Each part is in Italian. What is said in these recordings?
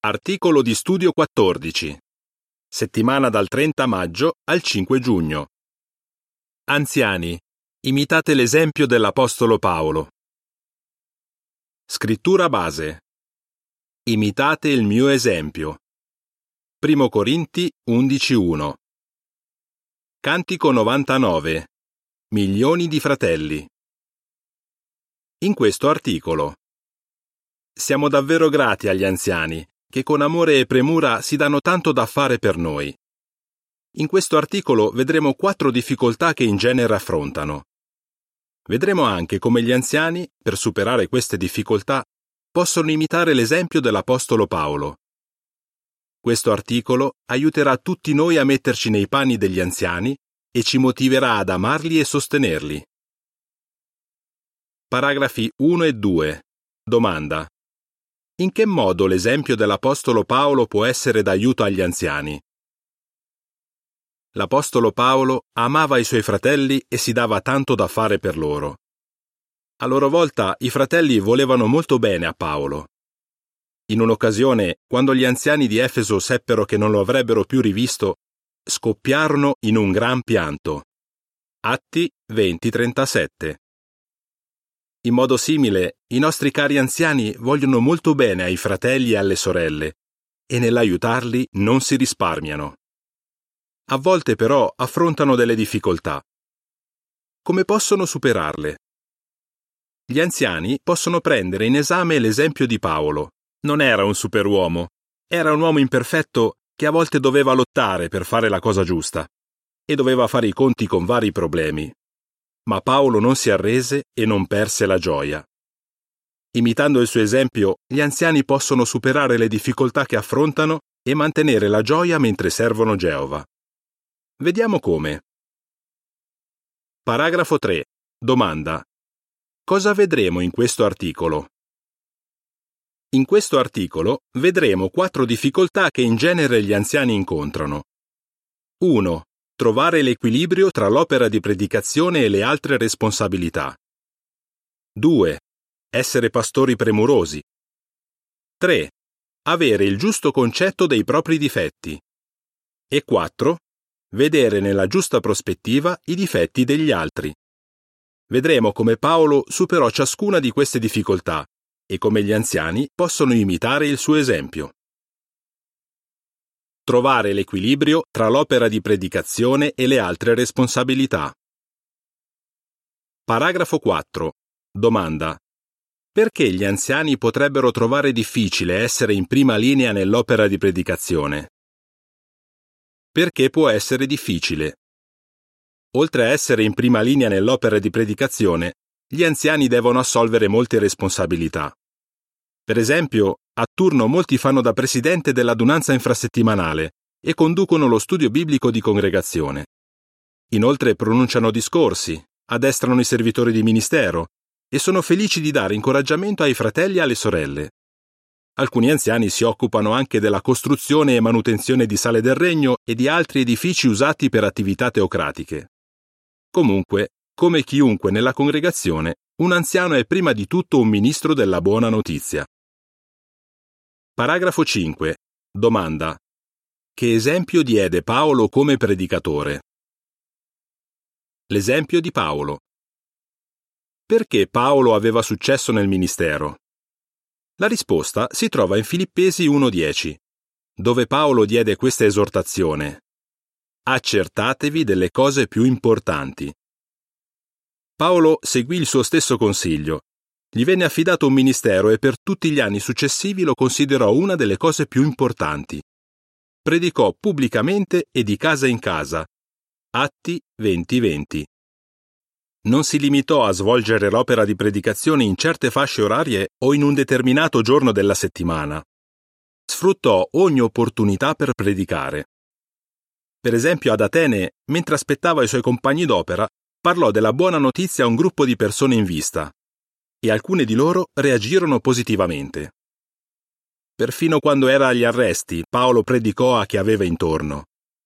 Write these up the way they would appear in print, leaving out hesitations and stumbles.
Articolo di studio 14. Settimana dal 30 maggio al 5 giugno. Anziani, imitate l'esempio dell'Apostolo Paolo. Scrittura base. Imitate il mio esempio. 1 Corinti 11:1. Cantico 99. Milioni di fratelli. In questo articolo siamo davvero grati agli anziani che con amore e premura si danno tanto da fare per noi. In questo articolo vedremo 4 difficoltà che in genere affrontano. Vedremo anche come gli anziani, per superare queste difficoltà, possono imitare l'esempio dell'Apostolo Paolo. Questo articolo aiuterà tutti noi a metterci nei panni degli anziani e ci motiverà ad amarli e sostenerli. Paragrafi 1 e 2. Domanda: in che modo l'esempio dell'Apostolo Paolo può essere d'aiuto agli anziani? L'Apostolo Paolo amava i suoi fratelli e si dava tanto da fare per loro. A loro volta i fratelli volevano molto bene a Paolo. In un'occasione, quando gli anziani di Efeso seppero che non lo avrebbero più rivisto, scoppiarono in un gran pianto. Atti 20:37. In modo simile, i nostri cari anziani vogliono molto bene ai fratelli e alle sorelle, e nell'aiutarli non si risparmiano. A volte però affrontano delle difficoltà. Come possono superarle? Gli anziani possono prendere in esame l'esempio di Paolo. Non era un superuomo, era un uomo imperfetto che a volte doveva lottare per fare la cosa giusta e doveva fare i conti con vari problemi. Ma Paolo non si arrese e non perse la gioia. Imitando il suo esempio, gli anziani possono superare le difficoltà che affrontano e mantenere la gioia mentre servono Geova. Vediamo come. Paragrafo 3. Domanda: cosa vedremo in questo articolo? In questo articolo vedremo 4 difficoltà che in genere gli anziani incontrano. 1. Trovare l'equilibrio tra l'opera di predicazione e le altre responsabilità. 2. Essere pastori premurosi. 3. Avere il giusto concetto dei propri difetti. E 4. Vedere nella giusta prospettiva i difetti degli altri. Vedremo come Paolo superò ciascuna di queste difficoltà e come gli anziani possono imitare il suo esempio. Trovare l'equilibrio tra l'opera di predicazione e le altre responsabilità. Paragrafo 4. Domanda: perché gli anziani potrebbero trovare difficile essere in prima linea nell'opera di predicazione? Perché può essere difficile? Oltre a essere in prima linea nell'opera di predicazione, gli anziani devono assolvere molte responsabilità. Per esempio, a turno molti fanno da presidente dell'adunanza infrasettimanale e conducono lo studio biblico di congregazione. Inoltre pronunciano discorsi, addestrano i servitori di ministero e sono felici di dare incoraggiamento ai fratelli e alle sorelle. Alcuni anziani si occupano anche della costruzione e manutenzione di sale del regno e di altri edifici usati per attività teocratiche. Comunque, come chiunque nella congregazione, un anziano è prima di tutto un ministro della buona notizia. Paragrafo 5. Domanda: che esempio diede Paolo come predicatore? L'esempio di Paolo. Perché Paolo aveva successo nel ministero? La risposta si trova in Filippesi 1:10, dove Paolo diede questa esortazione: accertatevi delle cose più importanti. Paolo seguì il suo stesso consiglio. Gli venne affidato un ministero e per tutti gli anni successivi lo considerò una delle cose più importanti. Predicò pubblicamente e di casa in casa. Atti 20:20. Non si limitò a svolgere l'opera di predicazione in certe fasce orarie o in un determinato giorno della settimana. Sfruttò ogni opportunità per predicare. Per esempio ad Atene, mentre aspettava i suoi compagni d'opera, parlò della buona notizia a un gruppo di persone in vista, e alcune di loro reagirono positivamente. Perfino quando era agli arresti, Paolo predicò a chi aveva intorno.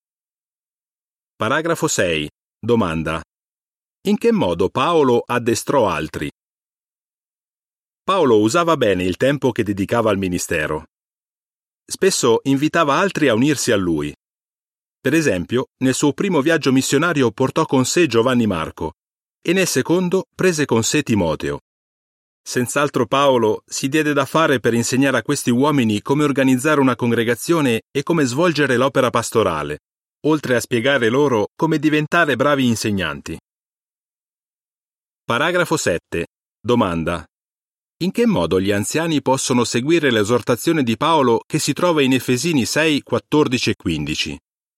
Paragrafo 6. Domanda: in che modo Paolo addestrò altri? Paolo usava bene il tempo che dedicava al ministero. spesso invitava altri a unirsi a lui. Per esempio, nel suo primo viaggio missionario portò con sé Giovanni Marco e nel secondo prese con sé Timoteo. Senz'altro Paolo si diede da fare per insegnare a questi uomini come organizzare una congregazione e come svolgere l'opera pastorale, oltre a spiegare loro come diventare bravi insegnanti. Paragrafo 7. Domanda. In che modo gli anziani possono seguire l'esortazione di Paolo che si trova in Efesini 6, 14 e 15?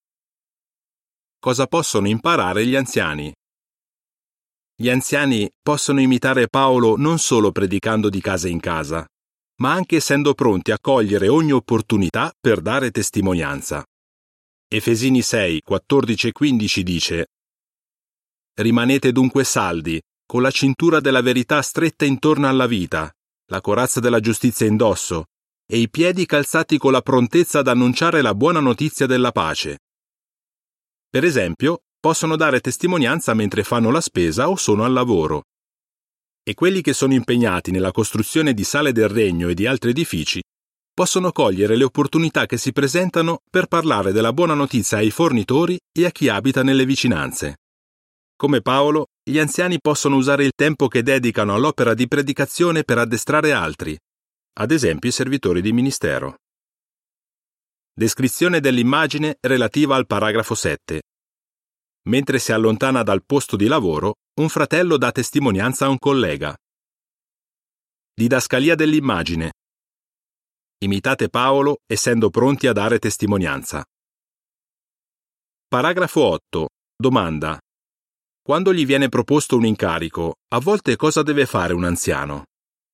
Cosa possono imparare gli anziani? Gli anziani possono imitare Paolo non solo predicando di casa in casa, ma anche essendo pronti a cogliere ogni opportunità per dare testimonianza. Efesini 6, 14 e 15 dice: Rimanete dunque saldi, con la cintura della verità stretta intorno alla vita, la corazza della giustizia indosso, e i piedi calzati con la prontezza ad annunciare la buona notizia della pace. Per esempio, possono dare testimonianza mentre fanno la spesa o sono al lavoro. E quelli che sono impegnati nella costruzione di sale del regno e di altri edifici possono cogliere le opportunità che si presentano per parlare della buona notizia ai fornitori e a chi abita nelle vicinanze. Come Paolo, gli anziani possono usare il tempo che dedicano all'opera di predicazione per addestrare altri, ad esempio i servitori di ministero. Descrizione dell'immagine relativa al paragrafo 7. Mentre si allontana dal posto di lavoro, un fratello dà testimonianza a un collega. Didascalia dell'immagine. Imitate Paolo essendo pronti a dare testimonianza. Paragrafo 8. Domanda. Quando gli viene proposto un incarico, a volte cosa deve fare un anziano?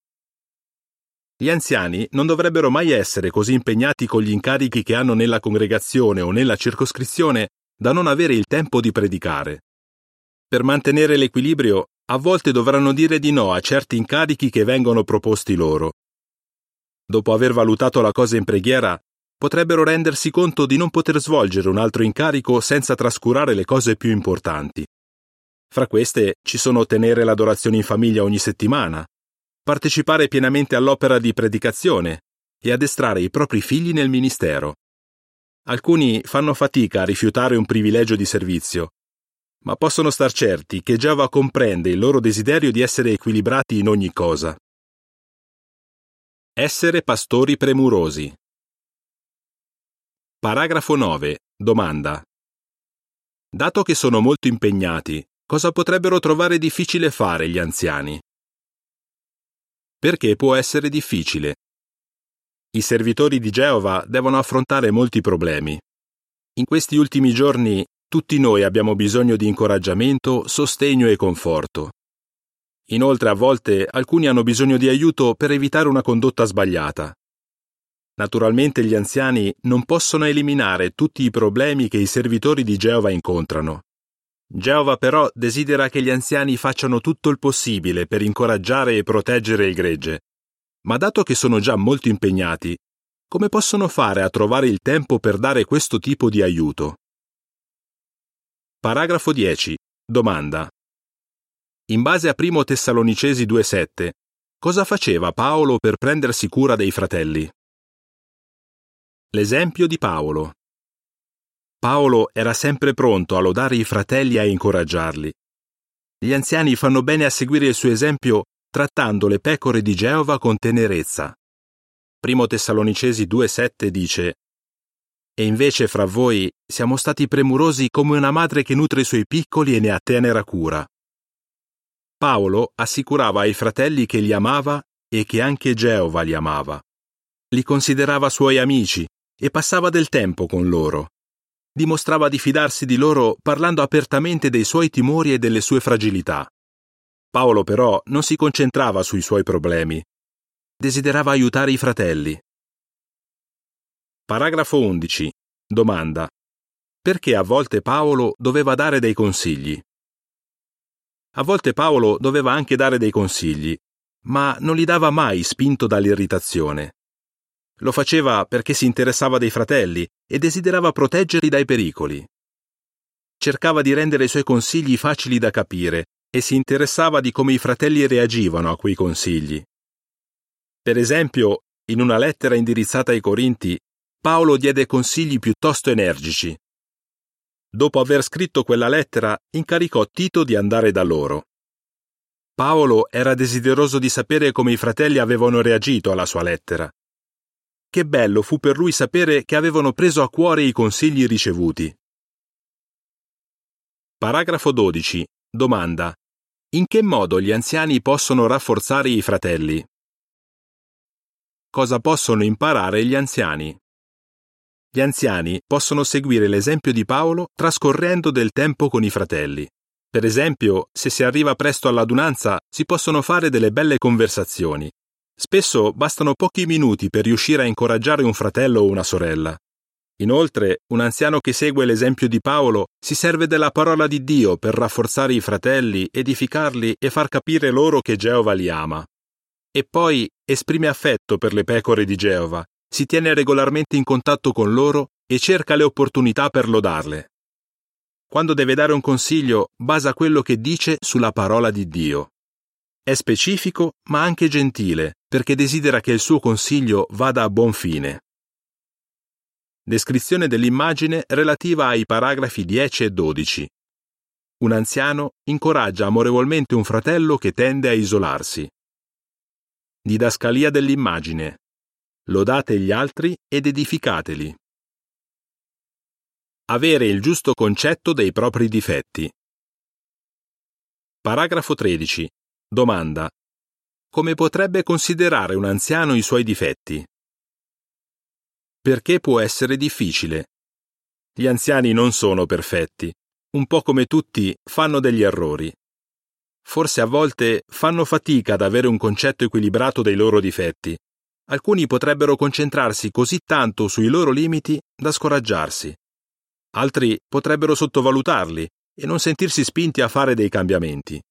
Gli anziani non dovrebbero mai essere così impegnati con gli incarichi che hanno nella congregazione o nella circoscrizione da non avere il tempo di predicare. Per mantenere l'equilibrio, a volte dovranno dire di no a certi incarichi che vengono proposti loro. Dopo aver valutato la cosa in preghiera, potrebbero rendersi conto di non poter svolgere un altro incarico senza trascurare le cose più importanti. Fra queste ci sono tenere l'adorazione in famiglia ogni settimana, partecipare pienamente all'opera di predicazione e addestrare i propri figli nel ministero. Alcuni fanno fatica a rifiutare un privilegio di servizio, ma possono star certi che Geova comprende il loro desiderio di essere equilibrati in ogni cosa. Essere pastori premurosi. Paragrafo 9. Domanda. Dato che sono molto impegnati, cosa potrebbero trovare difficile fare gli anziani? Perché può essere difficile? I servitori di Geova devono affrontare molti problemi. In questi ultimi giorni tutti noi abbiamo bisogno di incoraggiamento, sostegno e conforto. Inoltre a volte alcuni hanno bisogno di aiuto per evitare una condotta sbagliata. Naturalmente gli anziani non possono eliminare tutti i problemi che i servitori di Geova incontrano. Geova però desidera che gli anziani facciano tutto il possibile per incoraggiare e proteggere il gregge. Ma dato che sono già molto impegnati, come possono fare a trovare il tempo per dare questo tipo di aiuto? Paragrafo 10. Domanda. In base a 1 Tessalonicesi 2,7, cosa faceva Paolo per prendersi cura dei fratelli? L'esempio di Paolo. Paolo era sempre pronto a lodare i fratelli e a incoraggiarli. Gli anziani fanno bene a seguire il suo esempio trattando le pecore di Geova con tenerezza. 1 Tessalonicesi 2,7 dice: E invece fra voi siamo stati premurosi come una madre che nutre i suoi piccoli e ne ha tenera cura. Paolo assicurava ai fratelli che li amava e che anche Geova li amava. Li considerava suoi amici e passava del tempo con loro. Dimostrava di fidarsi di loro parlando apertamente dei suoi timori e delle sue fragilità. Paolo però non si concentrava sui suoi problemi. Desiderava aiutare i fratelli. Paragrafo 11. Domanda. Perché a volte Paolo doveva dare dei consigli? A volte Paolo doveva anche dare dei consigli, ma non li dava mai spinto dall'irritazione. Lo faceva perché si interessava dei fratelli e desiderava proteggerli dai pericoli. Cercava di rendere i suoi consigli facili da capire e si interessava di come i fratelli reagivano a quei consigli. Per esempio, in una lettera indirizzata ai Corinti, Paolo diede consigli piuttosto energici. Dopo aver scritto quella lettera, incaricò Tito di andare da loro. Paolo era desideroso di sapere come i fratelli avevano reagito alla sua lettera. Che bello fu per lui sapere che avevano preso a cuore i consigli ricevuti. Paragrafo 12. Domanda: in che modo gli anziani possono rafforzare i fratelli? Cosa possono imparare gli anziani? Gli anziani possono seguire l'esempio di Paolo trascorrendo del tempo con i fratelli. Per esempio, se si arriva presto all'adunanza, si possono fare delle belle conversazioni. Spesso bastano pochi minuti per riuscire a incoraggiare un fratello o una sorella. Inoltre, un anziano che segue l'esempio di Paolo si serve della parola di Dio per rafforzare i fratelli, edificarli e far capire loro che Geova li ama. E poi esprime affetto per le pecore di Geova, si tiene regolarmente in contatto con loro e cerca le opportunità per lodarle. Quando deve dare un consiglio, basa quello che dice sulla parola di Dio. È specifico, ma anche gentile, perché desidera che il suo consiglio vada a buon fine. Descrizione dell'immagine relativa ai paragrafi 10 e 12. Un anziano incoraggia amorevolmente un fratello che tende a isolarsi. Didascalia dell'immagine. Lodate gli altri ed edificateli. Avere il giusto concetto dei propri difetti. Paragrafo 13. Domanda: come potrebbe considerare un anziano i suoi difetti? Perché può essere difficile. Gli anziani non sono perfetti. Un po' come tutti, fanno degli errori. Forse a volte fanno fatica ad avere un concetto equilibrato dei loro difetti. Alcuni potrebbero concentrarsi così tanto sui loro limiti da scoraggiarsi. Altri potrebbero sottovalutarli e non sentirsi spinti a fare dei cambiamenti.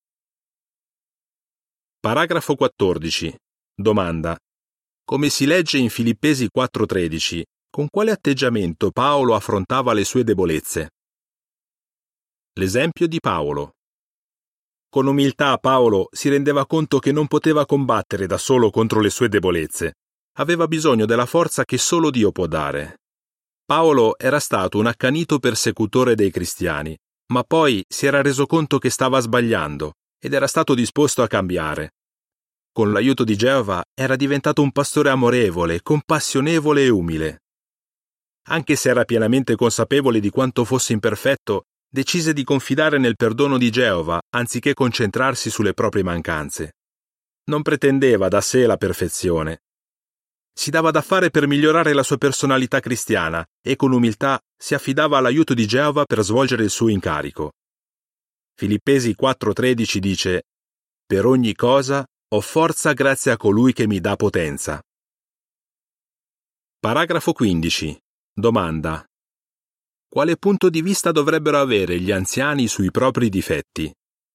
Paragrafo 14. Domanda: come si legge in Filippesi 4,13, con quale atteggiamento Paolo affrontava le sue debolezze? L'esempio di Paolo. Con umiltà Paolo si rendeva conto che non poteva combattere da solo contro le sue debolezze. Aveva bisogno della forza che solo Dio può dare. Paolo era stato un accanito persecutore dei cristiani, ma poi si era reso conto che stava sbagliando ed era stato disposto a cambiare. Con l'aiuto di Geova era diventato un pastore amorevole, compassionevole e umile. Anche se era pienamente consapevole di quanto fosse imperfetto, decise di confidare nel perdono di Geova anziché concentrarsi sulle proprie mancanze. Non pretendeva da sé la perfezione. Si dava da fare per migliorare la sua personalità cristiana e con umiltà si affidava all'aiuto di Geova per svolgere il suo incarico. Filippesi 4,13 dice: per ogni cosa ho forza grazie a colui che mi dà potenza. Paragrafo 15. Domanda: quale punto di vista dovrebbero avere gli anziani sui propri difetti?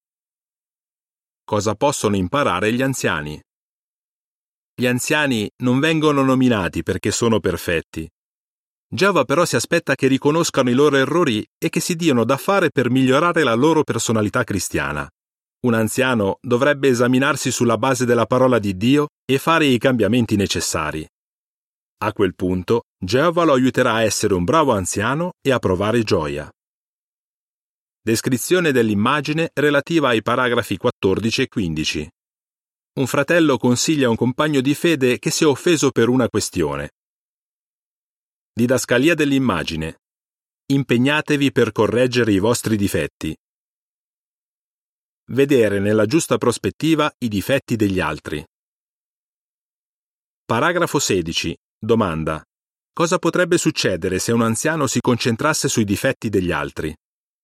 Cosa possono imparare gli anziani? Gli anziani non vengono nominati perché sono perfetti. Geova però si aspetta che riconoscano i loro errori e che si diano da fare per migliorare la loro personalità cristiana. Un anziano dovrebbe esaminarsi sulla base della parola di Dio e fare i cambiamenti necessari. A quel punto, Geova lo aiuterà a essere un bravo anziano e a provare gioia. Descrizione dell'immagine relativa ai paragrafi 14 e 15. Un fratello consiglia a un compagno di fede che si è offeso per una questione. Didascalia dell'immagine. Impegnatevi per correggere i vostri difetti. Vedere nella giusta prospettiva i difetti degli altri. Paragrafo 16. Domanda: cosa potrebbe succedere se un anziano si concentrasse sui difetti degli altri?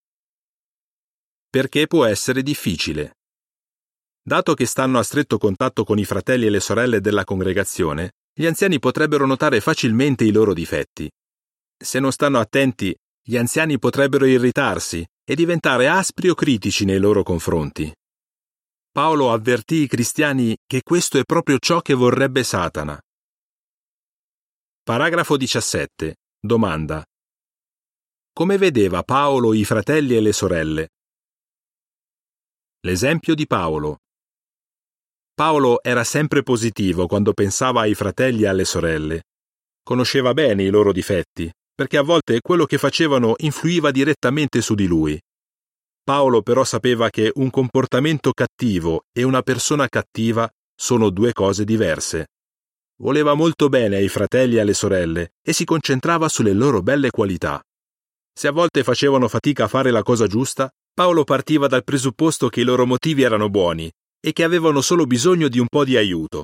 Perché può essere difficile. Dato che stanno a stretto contatto con i fratelli e le sorelle della congregazione, gli anziani potrebbero notare facilmente i loro difetti. Se non stanno attenti, gli anziani potrebbero irritarsi e diventare aspri o critici nei loro confronti. Paolo avvertì i cristiani che questo è proprio ciò che vorrebbe Satana. Paragrafo 17. Domanda: come vedeva Paolo i fratelli e le sorelle? L'esempio di Paolo. Paolo era sempre positivo quando pensava ai fratelli e alle sorelle. Conosceva bene i loro difetti, perché a volte quello che facevano influiva direttamente su di lui. Paolo però sapeva che un comportamento cattivo e una persona cattiva sono due cose diverse. Voleva molto bene ai fratelli e alle sorelle e si concentrava sulle loro belle qualità. Se a volte facevano fatica a fare la cosa giusta, Paolo partiva dal presupposto che i loro motivi erano buoni e che avevano solo bisogno di un po' di aiuto.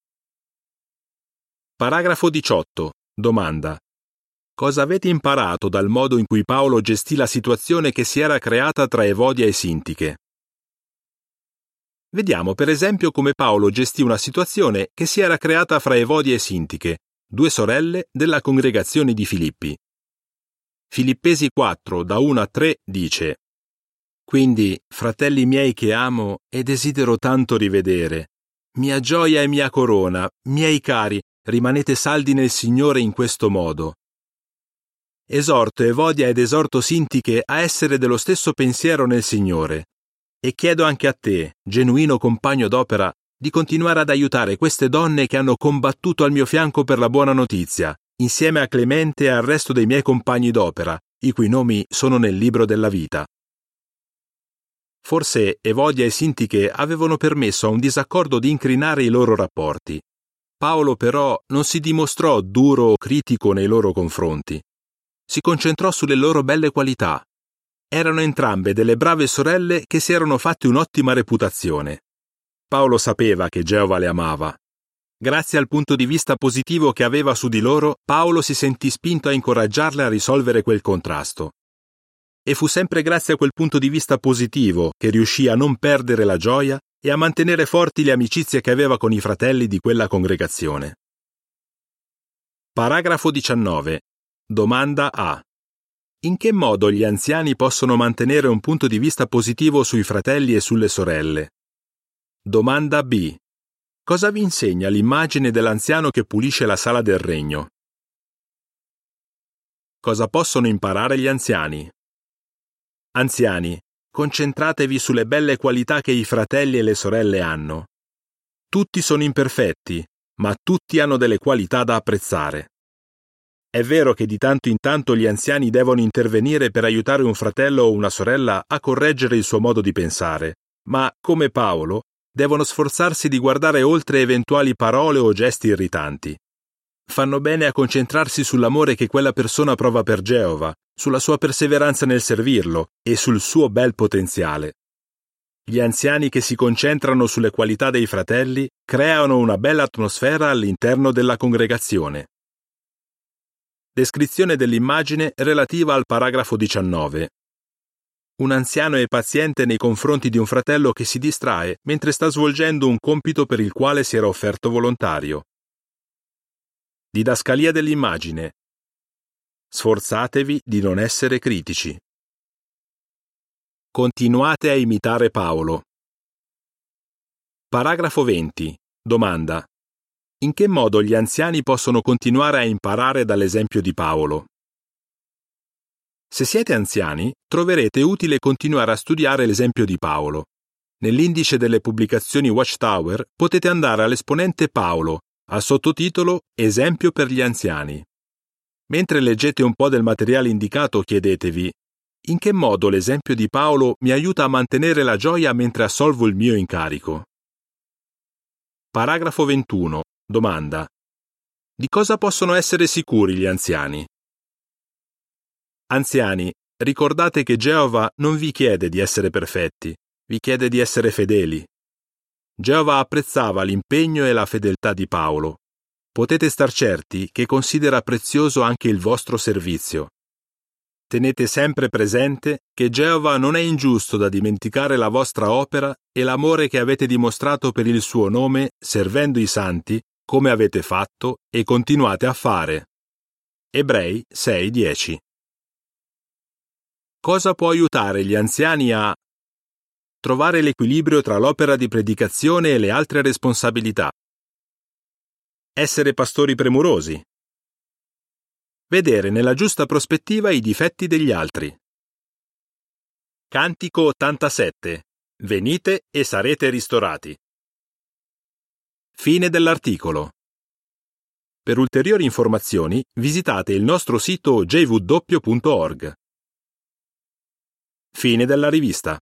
Paragrafo 18. Domanda. Cosa avete imparato dal modo in cui Paolo gestì la situazione che si era creata tra Evodia e Sintiche? Vediamo per esempio come Paolo gestì una situazione che si era creata fra Evodia e Sintiche, due sorelle della congregazione di Filippi. Filippesi 4, da 1 a 3 dice: Quindi, fratelli miei che amo e desidero tanto rivedere, mia gioia e mia corona, miei cari, rimanete saldi nel Signore in questo modo. Esorto Evodia ed esorto Sintiche a essere dello stesso pensiero nel Signore. E chiedo anche a te, genuino compagno d'opera, di continuare ad aiutare queste donne che hanno combattuto al mio fianco per la buona notizia, insieme a Clemente e al resto dei miei compagni d'opera, i cui nomi sono nel libro della vita. Forse Evodia e Sintiche avevano permesso a un disaccordo di incrinare i loro rapporti. Paolo però non si dimostrò duro o critico nei loro confronti. Si concentrò sulle loro belle qualità. Erano entrambe delle brave sorelle che si erano fatte un'ottima reputazione. Paolo sapeva che Geova le amava. Grazie al punto di vista positivo che aveva su di loro, Paolo si sentì spinto a incoraggiarle a risolvere quel contrasto. E fu sempre grazie a quel punto di vista positivo che riuscì a non perdere la gioia e a mantenere forti le amicizie che aveva con i fratelli di quella congregazione. Paragrafo 19. Domanda A. In che modo gli anziani possono mantenere un punto di vista positivo sui fratelli e sulle sorelle? Domanda B. Cosa vi insegna l'immagine dell'anziano che pulisce la sala del regno? Cosa possono imparare gli anziani? Anziani, concentratevi sulle belle qualità che i fratelli e le sorelle hanno. Tutti sono imperfetti, ma tutti hanno delle qualità da apprezzare. È vero che di tanto in tanto gli anziani devono intervenire per aiutare un fratello o una sorella a correggere il suo modo di pensare, ma, come Paolo, devono sforzarsi di guardare oltre eventuali parole o gesti irritanti. Fanno bene a concentrarsi sull'amore che quella persona prova per Geova, sulla sua perseveranza nel servirlo e sul suo bel potenziale. Gli anziani che si concentrano sulle qualità dei fratelli creano una bella atmosfera all'interno della congregazione. Descrizione dell'immagine relativa al paragrafo 19. Un anziano è paziente nei confronti di un fratello che si distrae mentre sta svolgendo un compito per il quale si era offerto volontario. Didascalia dell'immagine. Sforzatevi di non essere critici. Continuate a imitare Paolo. Paragrafo 20. Domanda. In che modo gli anziani possono continuare a imparare dall'esempio di Paolo? Se siete anziani, troverete utile continuare a studiare l'esempio di Paolo. Nell'indice delle pubblicazioni Watchtower potete andare all'esponente Paolo, al sottotitolo Esempio per gli anziani. Mentre leggete un po' del materiale indicato, chiedetevi: in che modo l'esempio di Paolo mi aiuta a mantenere la gioia mentre assolvo il mio incarico? Paragrafo 21. Domanda. Di cosa possono essere sicuri gli anziani? Anziani, ricordate che Geova non vi chiede di essere perfetti, vi chiede di essere fedeli. Geova apprezzava l'impegno e la fedeltà di Paolo. Potete star certi che considera prezioso anche il vostro servizio. Tenete sempre presente che Geova non è ingiusto da dimenticare la vostra opera e l'amore che avete dimostrato per il suo nome servendo i santi, come avete fatto e continuate a fare. Ebrei 6:10. Cosa può aiutare gli anziani a trovare l'equilibrio tra l'opera di predicazione e le altre responsabilità? Essere pastori premurosi. Vedere nella giusta prospettiva i difetti degli altri. Cantico 87. Venite e sarete ristorati. Fine dell'articolo. Per ulteriori informazioni visitate il nostro sito jw.org. Fine della rivista.